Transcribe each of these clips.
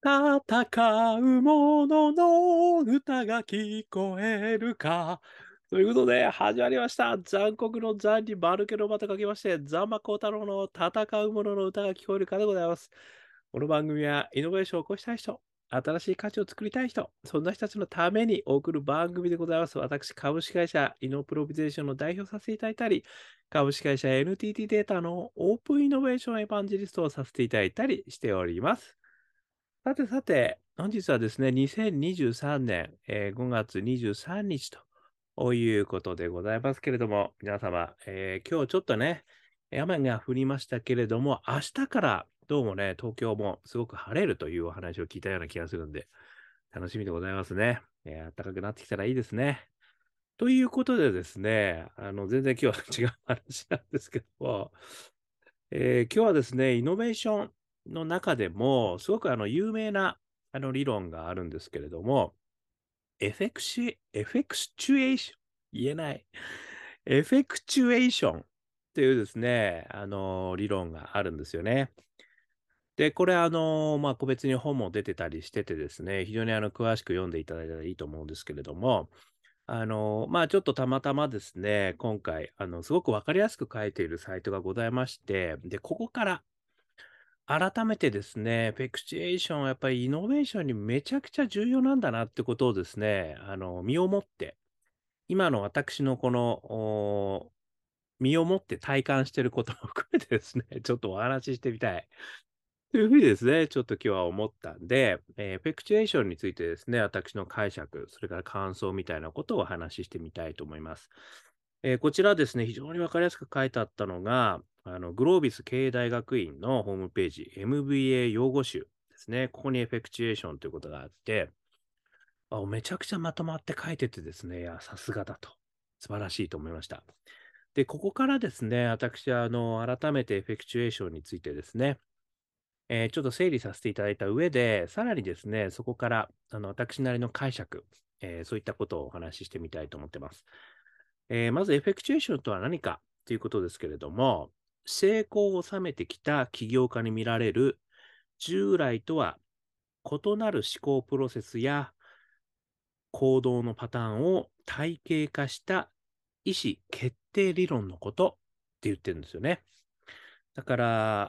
戦う者の歌が聞こえるか。ということで、始まりました。残酷の残に丸けのまと書きまして、ザンマコウタロウの戦う者の歌が聞こえるかでございます。この番組はイノベーションを起こしたい人、新しい価値を作りたい人、そんな人たちのために送る番組でございます。私、株式会社イノプロビゼーションの代表させていただいたり、株式会社 NTT データのオープンイノベーションエヴァンジェリストをさせていただいたりしております。さてさて、本日はですね、2023年、5月23日ということでございますけれども、皆様、今日ちょっとね、雨が降りましたけれども、明日からどうもね、東京もすごく晴れるというお話を聞いたような気がするんで、楽しみでございますね。暖かくなってきたらいいですね。ということでですね、全然今日は違う話なんですけども、今日はですね、イノベーションの中でも、すごく有名な理論があるんですけれども、エフェクチュエーション、言えない。エフェクチュエーションっていうですね、理論があるんですよね。で、これ個別に本も出てたりしててですね、非常に詳しく読んでいただいたらいいと思うんですけれども、ちょっとたまたまですね、今回、すごくわかりやすく書いているサイトがございまして、で、ここから改めてですね、フェクチュエーションはやっぱりイノベーションにめちゃくちゃ重要なんだなってことをですね、身をもって、今の私のこの、身をもって体感していることも含めてですね、ちょっとお話ししてみたい。というふうにですね、ちょっと今日は思ったんで、フェクチュエーションについてですね、私の解釈、それから感想みたいなことをお話ししてみたいと思います。こちらですね、非常にわかりやすく書いてあったのが、グロービス経営大学院のホームページ、MBA 用語集ですね。ここにエフェクチュエーションということがあって、めちゃくちゃまとまって書いててですね、いや、さすがだと。素晴らしいと思いました。で、ここからですね、私は改めてエフェクチュエーションについてですね、ちょっと整理させていただいた上で、さらにですね、そこから、私なりの解釈、そういったことをお話ししてみたいと思ってます。まず、エフェクチュエーションとは何かということですけれども、成功を収めてきた起業家に見られる、従来とは異なる思考プロセスや行動のパターンを体系化した意思決定理論のことって言ってるんですよね。だから、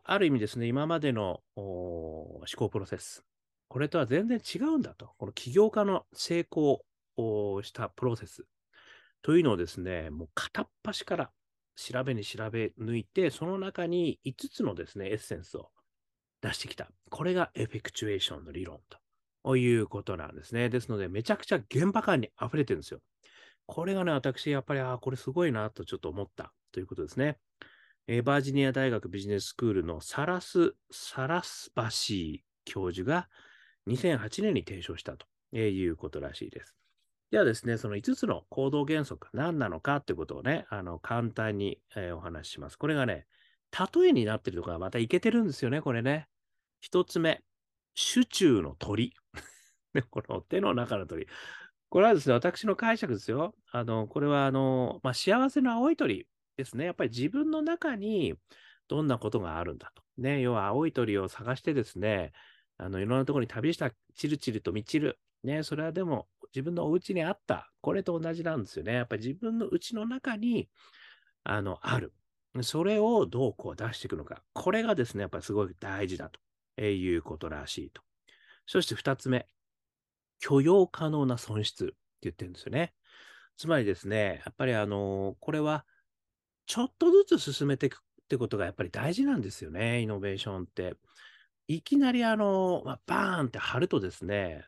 ある意味ですね、今までの思考プロセス、これとは全然違うんだと。この起業家の成功をしたプロセスというのをですね、もう片っ端から調べに調べ抜いて、その中に5つのですね、エッセンスを出してきた。これがエフェクチュエーションの理論ということなんですね。ですので、めちゃくちゃ現場感に溢れてるんですよ。これがね、私、やっぱり、これすごいなとちょっと思ったということですね。バージニア大学ビジネススクールのサラスバシー教授が2008年に提唱したということらしいです。ではですね、その5つの行動原則が何なのかということをね、簡単に、お話しします。これがね、例えになってるところがまたいけてるんですよね、これね。1つ目、手中の鳥。この手の中の鳥。これはですね、私の解釈ですよ。これは幸せの青い鳥ですね。やっぱり自分の中にどんなことがあるんだと。ね、要は青い鳥を探してですね、いろんなところに旅した、チルチルと満ちる。ね、それはでも自分のお家にあった。これと同じなんですよね。やっぱり自分の家の中に、ある。それをどうこう出していくのか。これがですね、やっぱりすごい大事だということらしいと。そして2つ目。許容可能な損失って言ってるんですよね。つまりですね、やっぱりこれはちょっとずつ進めていくってことがやっぱり大事なんですよね、イノベーションって。いきなりバーンって張るとですね、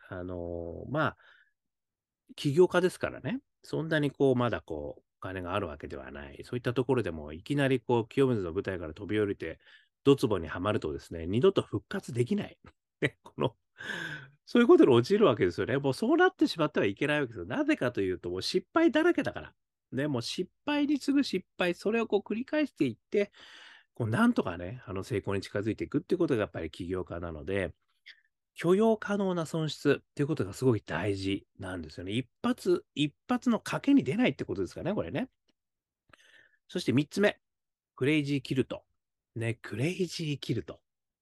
起業家ですからね、そんなにこう、まだこう、お金があるわけではない。そういったところでも、いきなりこう、清水の舞台から飛び降りて、ドツボにはまるとですね、二度と復活できない。ね、そういうことに陥るわけですよね。もうそうなってしまってはいけないわけですよ。なぜかというと、もう失敗だらけだから。ね、もう失敗に次ぐ失敗、それをこう繰り返していって、こうなんとかね、成功に近づいていくっていうことがやっぱり起業家なので、許容可能な損失っていうことがすごい大事なんですよね。一発の賭けに出ないってことですかね、これね。そして3つ目、クレイジーキルト。ね、クレイジーキルト。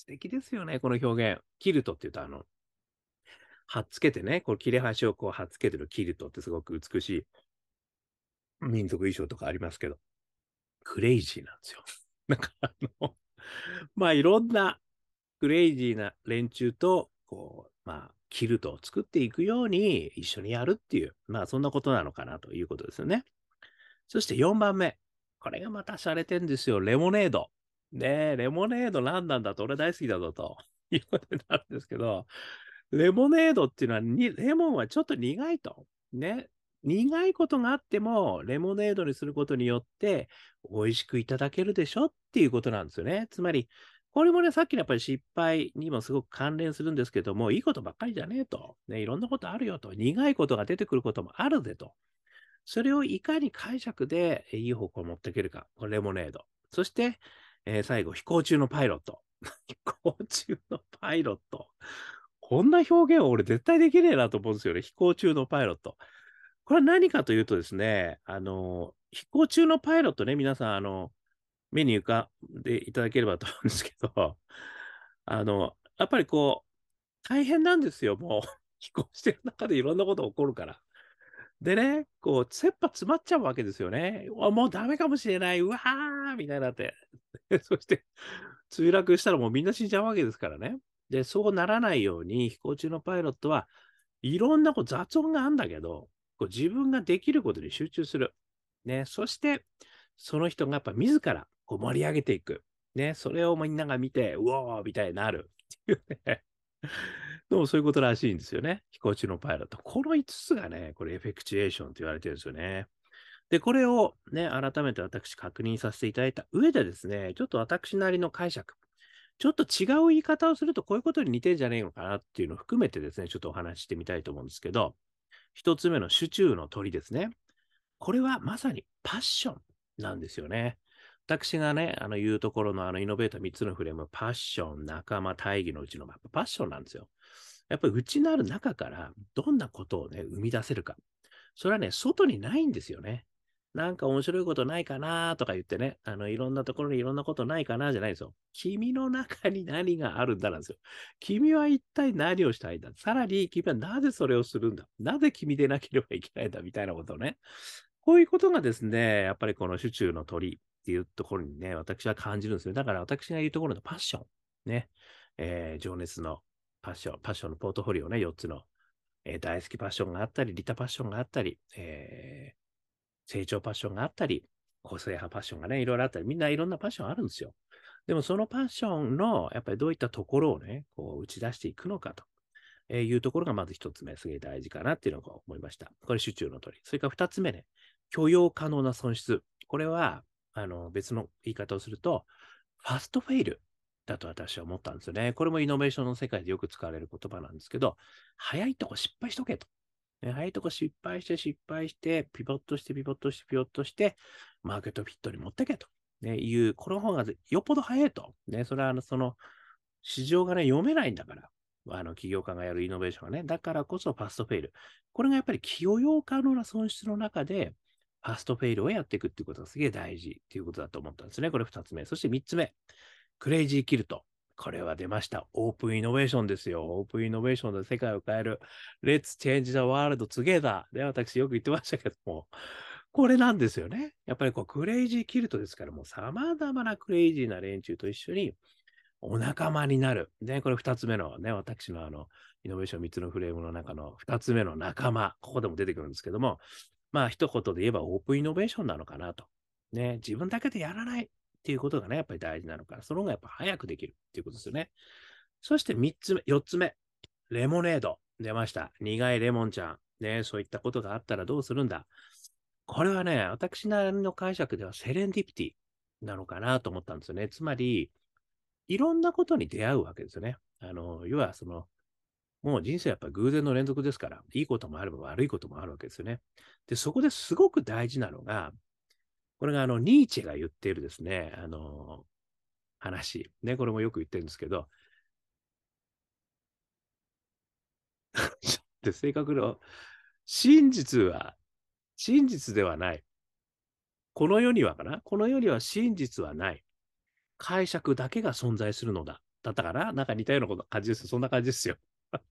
素敵ですよね、この表現。キルトって言うと、はっつけてね、こう切れ端をこうはっつけてるキルトってすごく美しい民族衣装とかありますけど、クレイジーなんですよ。なんかまあいろんなクレイジーな連中と、こう、まあ、キルトを作っていくように一緒にやるっていう、まあそんなことなのかなということですよね。そして4番目。これがまた洒落てんですよ。レモネード。ねえ、レモネード何なんだと、俺大好きだぞということになるんですけど、レモネードっていうのはレモンはちょっと苦いと。ね。苦いことがあっても、レモネードにすることによって、美味しくいただけるでしょっていうことなんですよね。つまり、これもね、さっきのやっぱり失敗にもすごく関連するんですけども、いいことばっかりじゃねえと。ね、いろんなことあるよと。苦いことが出てくることもあるぜと。それをいかに解釈でいい方向に持っていけるか。これレモネード。そして、最後、飛行中のパイロット。飛行中のパイロット。こんな表現を俺絶対できねえなと思うんですよね。飛行中のパイロット。これは何かというとですね、飛行中のパイロットね、皆さん、目に浮かんでいただければと思うんですけど、やっぱりこう、大変なんですよ、もう。飛行してる中でいろんなこと起こるから。でね、こう、切羽詰まっちゃうわけですよね。もうダメかもしれない。うわーみたいになって。そして、墜落したらもうみんな死んじゃうわけですからね。で、そうならないように飛行中のパイロットはいろんなこう雑音があるんだけど、こう自分ができることに集中する。ね、そして、その人がやっぱ自らこう盛り上げていく。ね、それをみんなが見て、うおーみたいになる。っていうね。でもそういうことらしいんですよね。飛行中のパイロット。この5つがね、これエフェクチュエーションと言われてるんですよね。で、これをね、改めて私確認させていただいた上でですね、ちょっと私なりの解釈、ちょっと違う言い方をするとこういうことに似てんじゃねえのかなっていうのを含めてですね、ちょっとお話ししてみたいと思うんですけど、一つ目の手中の鳥ですね。これはまさにパッションなんですよね。私がね、言うところのイノベーター3つのフレーム、パッション、仲間、大義のうちのパッションなんですよ。やっぱり内なる中からどんなことをね、生み出せるか。それはね、外にないんですよね。なんか面白いことないかなとか言ってね、いろんなところにいろんなことないかなじゃないですよ。君の中に何があるんだなんですよ。君は一体何をしたいんだ。さらに、君はなぜそれをするんだ。なぜ君でなければいけないんだみたいなことをね。こういうことがですね、やっぱりこの手中の鳥っていうところにね、私は感じるんですよ。だから私が言うところのパッション。ね。情熱のパッションのポートフォリオね、4つの、大好きパッションがあったり、利他パッションがあったり、成長パッションがあったり、個性派パッションがね、いろいろあったり、みんないろんなパッションあるんですよ。でもそのパッションの、やっぱりどういったところをね、こう打ち出していくのかというところがまず一つ目、すげえ大事かなっていうのを思いました。これ、手中の鳥。それから二つ目ね、許容可能な損失。これは、別の言い方をすると、ファストフェイルだと私は思ったんですよね。これもイノベーションの世界でよく使われる言葉なんですけど、早いとこ失敗しとけと。早いとこ失敗して失敗して、ピボットしてピボットしてピボットして、マーケットフィットに持ってけと、いう、この方がよっぽど早いと。それはその市場がね、読めないんだから。起業家がやるイノベーションがね。だからこそファストフェイル。これがやっぱり許容可能な損失の中で、ファストフェイルをやっていくっていうことがすげえ大事っていうことだと思ったんですね。これ二つ目。そして三つ目。クレイジーキルト。これは出ました。オープンイノベーションですよ。オープンイノベーションで世界を変える。Let's change the world together. で、私よく言ってましたけども、これなんですよね。やっぱりこう、クレイジーキルトですから、もう様々なクレイジーな連中と一緒にお仲間になる。で、これ二つ目のね、私のイノベーション三つのフレームの中の二つ目の仲間。ここでも出てくるんですけども、まあ、一言で言えばオープンイノベーションなのかなと。ね、自分だけでやらないっていうことがね、やっぱり大事なのかな。その方がやっぱ早くできるっていうことですよね。そして三つ目、四つ目。レモネード。出ました。苦いレモンちゃん。ね、そういったことがあったらどうするんだ。これはね、私なりの解釈ではセレンディピティなのかなと思ったんですよね。つまり、いろんなことに出会うわけですよね。要はもう人生はやっぱ偶然の連続ですから、いいこともあれば悪いこともあるわけですよね。で、そこですごく大事なのが、これがニーチェが言っているですね、話。ね、これもよく言ってるんですけど、で、正確の、真実は、真実ではない。この世には真実はない。解釈だけが存在するのだ。 だったかな、なんか似たようなこと感じですよ。そんな感じですよ。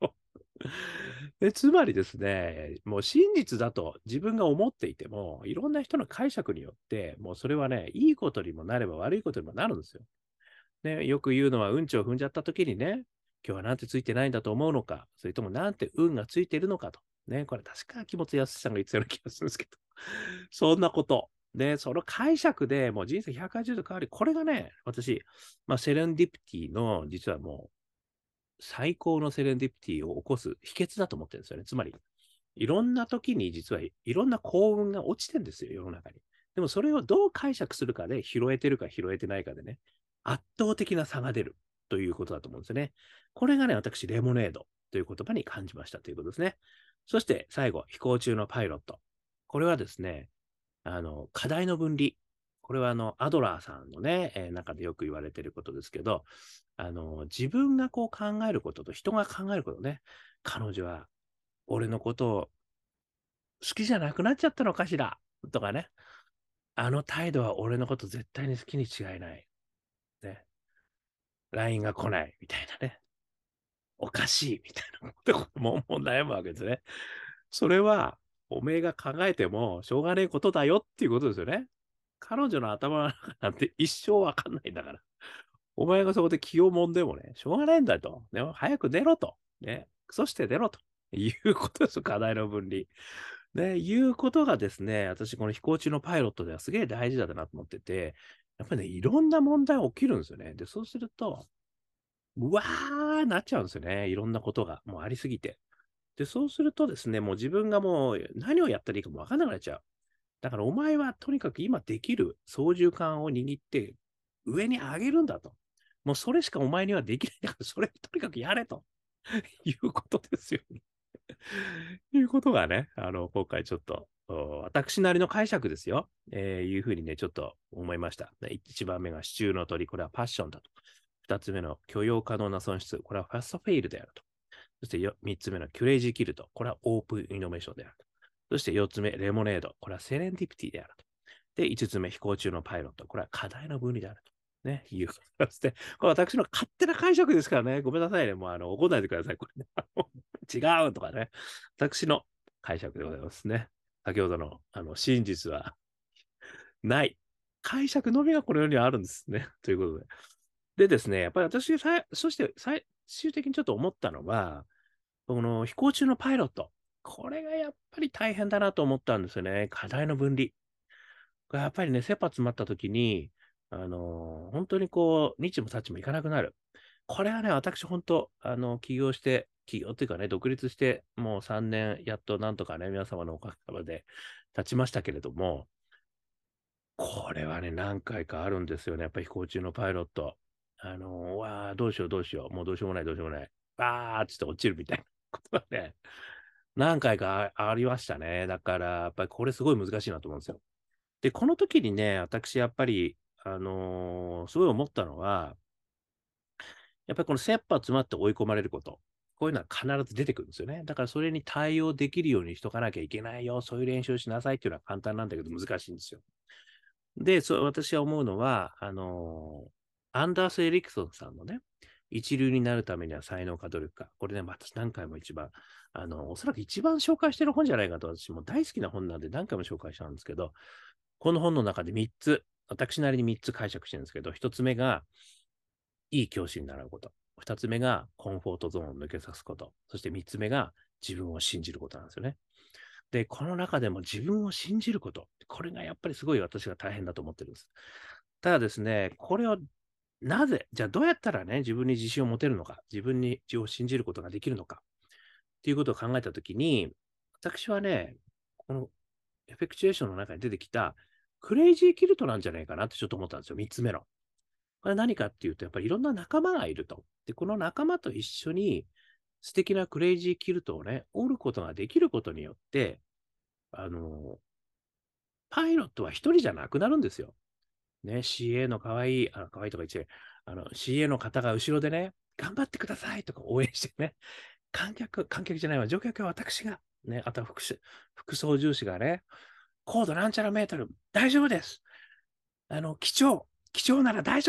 つまりですね、もう真実だと自分が思っていても、いろんな人の解釈によって、もうそれはね、いいことにもなれば悪いことにもなるんですよ。ね、よく言うのは、うんちを踏んじゃった時にね、今日はなんてついてないんだと思うのか、それともなんて運がついているのかと。ね、これ確か木本康さんが言ってたような気がするんですけど、そんなこと。で、その解釈でもう人生180度変わり、これがね、私、セレンディピティの、実はもう、最高のセレンディピティを起こす秘訣だと思ってるんですよね。つまり、いろんな時に実はいろんな幸運が落ちてるんですよ、世の中に。でもそれをどう解釈するかで拾えてるか拾えてないかでね、圧倒的な差が出るということだと思うんですよね。これがね、私、レモネードという言葉に感じましたということですね。そして最後、飛行中のパイロット。これはですね、課題の分離。これはアドラーさんのね、中でよく言われていることですけど、自分がこう考えることと人が考えることね、彼女は俺のことを好きじゃなくなっちゃったのかしらとかね、あの態度は俺のこと絶対に好きに違いない。ね、LINE が来ないみたいなね、おかしいみたいなことも悩むわけですね。それは、おめえが考えてもしょうがねえことだよっていうことですよね。彼女の頭の中なんて一生わかんないんだから。お前がそこで気をもんでもね、しょうがないんだと。ね、早く出ろと。ね、そして出ろと。いうことですよ、課題の分離。ね、いうことがですね、私、この飛行中のパイロットではすげえ大事だなと思ってて、やっぱりね、いろんな問題起きるんですよね。で、そうすると、うわーなっちゃうんですよね。いろんなことがもうありすぎて。で、そうするとですね、もう自分がもう何をやったらいいかもわかんなくなっちゃう。だからお前はとにかく今できる操縦桿を握って上に上げるんだと。もうそれしかお前にはできないんだから、それとにかくやれということですよね。いうことがね、今回ちょっと、私なりの解釈ですよ。いうふうにね、ちょっと思いました。1番目が支柱の鳥、これはパッションだと。2つ目の許容可能な損失、これはファストフェイルであると。そして3つ目のキュレイジーキルト、これはオープンイノベーションであると。そして4つ目、レモネード、これはセレンディピティであると。で、5つ目、飛行中のパイロット、これは課題の分離であると。ね、いうことですね。これ私の勝手な解釈ですからね、ごめんなさいね。もう怒んないでください。これ、ね、違うとかね。私の解釈でございますね。先ほどの真実はない。解釈のみがこの世にはあるんですね。ということで。でですね、やっぱり私そして最終的にちょっと思ったのは、この飛行中のパイロット。これがやっぱり大変だなと思ったんですよね。課題の分離。これやっぱりね、切羽詰まった時に、本当にこう、日も立ちもいかなくなる。これはね、私本当、起業っていうかね、独立して、もう3年、やっとなんとかね、皆様のおかげさまで立ちましたけれども、これはね、何回かあるんですよね。やっぱり飛行中のパイロット。わあ、どうしようどうしよう。もうどうしようもない、どうしようもない。あーっつって落ちるみたいなことがね、何回かありましたね。だから、やっぱりこれすごい難しいなと思うんですよ。で、この時にね、私やっぱり、すごい思ったのは、やっぱりこの切羽詰まって追い込まれること。こういうのは必ず出てくるんですよね。だからそれに対応できるようにしとかなきゃいけないよ。そういう練習をしなさいっていうのは簡単なんだけど難しいんですよ。で、私は思うのは、アンダース・エリクソンさんのね、一流になるためには才能か努力か。これね、私何回も一番、おそらく一番紹介してる本じゃないかと私も大好きな本なんで何回も紹介したんですけど、この本の中で3つ、私なりに3つ解釈してるんですけど、1つ目が、いい教師になること。2つ目が、コンフォートゾーンを抜けさすこと。そして3つ目が、自分を信じることなんですよね。で、この中でも自分を信じること。これがやっぱりすごい私が大変だと思ってるんです。ただですね、これをなぜ、じゃあどうやったらね、自分に自信を持てるのか、自分にを信じることができるのか、っていうことを考えたときに、私はね、このエフェクチュエーションの中に出てきた、クレイジーキルトなんじゃないかなってちょっと思ったんですよ、3つ目の。これ何かっていうと、やっぱりいろんな仲間がいると。で、この仲間と一緒に素敵なクレイジーキルトをね、折ることができることによって、あの、パイロットは一人じゃなくなるんですよ。ね、CA の可愛い、可愛いとか言って、CA の方が後ろでね、頑張ってくださいとか応援してね、観客じゃないわ、乗客は私が、ね、あとは副操縦士がね、高度なんちゃらメートル、大丈夫です。貴重なら大丈夫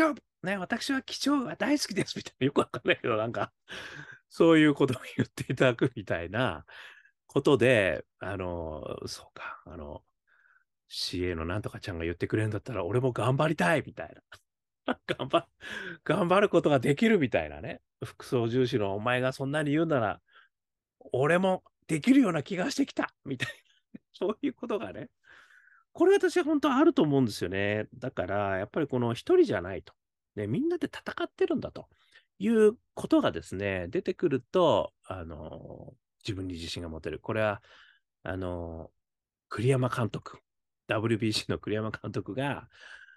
ね、私は貴重が大好きですみたいな、よくわかんないけど、なんか、そういうことを言っていただくみたいなことで、そうか、CA のなんとかちゃんが言ってくれるんだったら、俺も頑張りたいみたいな。頑張、頑張ることができるみたいなね。副操縦士のお前がそんなに言うなら、俺もできるような気がしてきたみたいな。そういうことがね。これ私は本当あると思うんですよね。だから、やっぱりこの一人じゃないと。ね、みんなで戦ってるんだということがですね、出てくると、自分に自信が持てる。これは、あの、栗山監督、WBC の栗山監督が、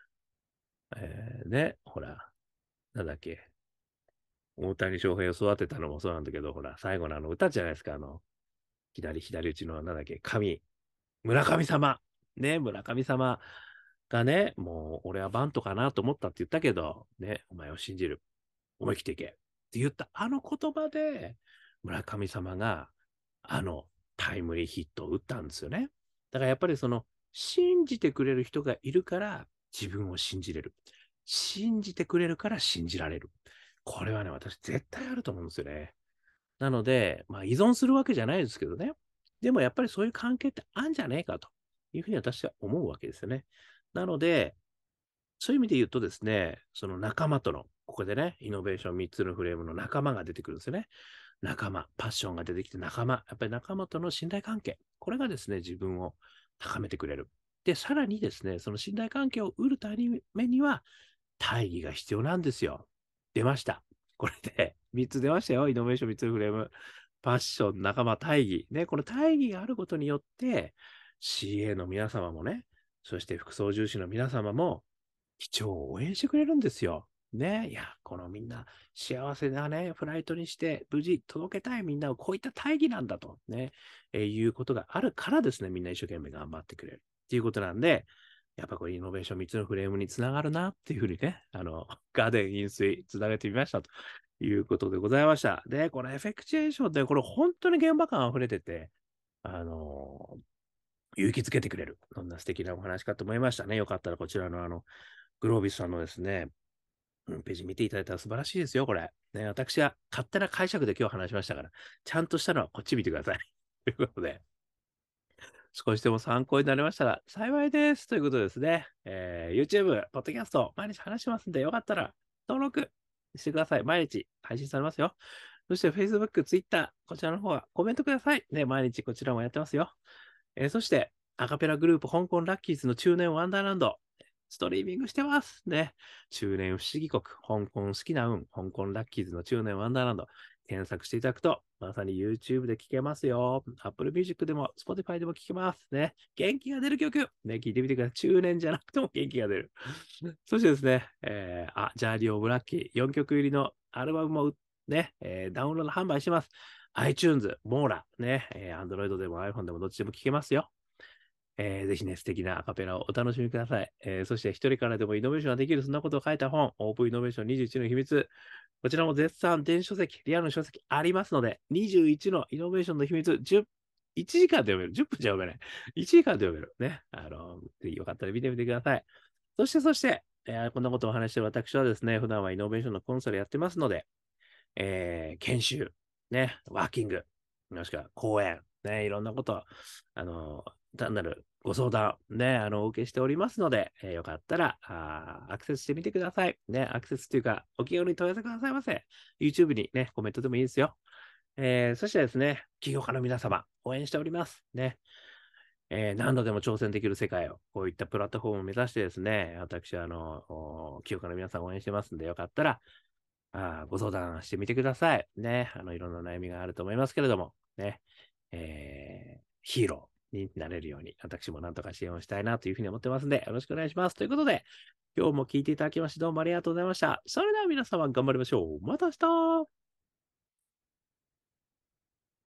ね、ほら、なんだっけ、大谷翔平を育てたのもそうなんだけど、ほら、最後の歌じゃないですか、左打ちの、なんだっけ、村神様。ね、村神様がね、もう俺はバントかなと思ったって言ったけど、ね、お前を信じる。思い切っていけ。って言ったあの言葉で、村神様がタイムリーヒットを打ったんですよね。だからやっぱり信じてくれる人がいるから自分を信じれる。信じてくれるから信じられる。これはね、私絶対あると思うんですよね。なので、まあ依存するわけじゃないですけどね。でもやっぱりそういう関係ってあるんじゃねえかというふうに私は思うわけですよね。なので、そういう意味で言うとですね、その仲間との、ここでね、イノベーション3つのフレームの仲間が出てくるんですよね。仲間、パッションが出てきて仲間、やっぱり仲間との信頼関係、これがですね、自分を高めてくれる。で、さらにですね、その信頼関係を得るためには、大義が必要なんですよ。出ました。これで3つ出ましたよ。イノベーション3つのフレーム。パッション、仲間、大義。ね、この大義があることによって、CA の皆様もね、そして副操縦士の皆様も、機長を応援してくれるんですよ。ね。いや、このみんな幸せなね、フライトにして無事届けたいみんなをこういった大義なんだとね、いうことがあるからですね、みんな一生懸命頑張ってくれるっていうことなんで、やっぱこれイノベーション3つのフレームにつながるなっていうふうにね、ガーデン飲水つなげてみましたということでございました。で、このエフェクチュエーションってこれ本当に現場感溢れてて、勇気づけてくれる。そんな素敵なお話かと思いましたね。よかったらこちらのグロービスさんのですね、ページ見ていただいたら素晴らしいですよ、これ。ね、私は勝手な解釈で今日話しましたから、ちゃんとしたのはこっち見てください。ということで、少しでも参考になりましたら幸いです。ということですね。YouTube、ポッドキャスト、毎日話しますんで、よかったら登録してください。毎日配信されますよ。そして Facebook、Twitter、こちらの方はコメントください。ね、毎日こちらもやってますよ。そして、アカペラグループ、香港ラッキーズの中年ワンダーランド、ストリーミングしてますね。中年不思議国、香港好きな運、香港ラッキーズの中年ワンダーランド、検索していただくと、まさに YouTube で聴けますよ。Apple Music でも Spotify でも聴けますね。元気が出る曲、ね、聴いてみてください。中年じゃなくても元気が出る。そしてですね、ジャーリー・オブ・ラッキー、4曲入りのアルバムもね、ダウンロード販売します。iTunes、モーラ、ね、Android でも iPhone でもどっちでも聴けますよ。ぜひね、素敵なアカペラをお楽しみください。そして一人からでもイノベーションができる、そんなことを書いた本、オープンイノベーション21の秘密。こちらも絶賛電子書籍、リアルの書籍ありますので、21のイノベーションの秘密、1時間で読める。10分じゃ読めない。1時間で読める。ね。ぜひよかったら見てみてください。そして、こんなことをお話している私はですね、普段はイノベーションのコンサルやってますので、研修、ね、ワーキング、もしくは講演、ね、いろんなこと、単なるご相談、ね、お受けしておりますので、よかったらアクセスしてみてください。ね、アクセスというか、お気軽に問い合わせくださいませ。YouTube にね、コメントでもいいですよ。そしてですね、起業家の皆様、応援しております。ね。何度でも挑戦できる世界を、こういったプラットフォームを目指してですね、私は、起業家の皆さん応援してますんで、よかったら、ご相談してみてください。ね。いろんな悩みがあると思いますけれども、ね。ヒーローになれるように、私もなんとか支援をしたいなというふうに思ってますんで、よろしくお願いします。ということで、今日も聞いていただきまして、どうもありがとうございました。それでは皆様頑張りましょう。また明日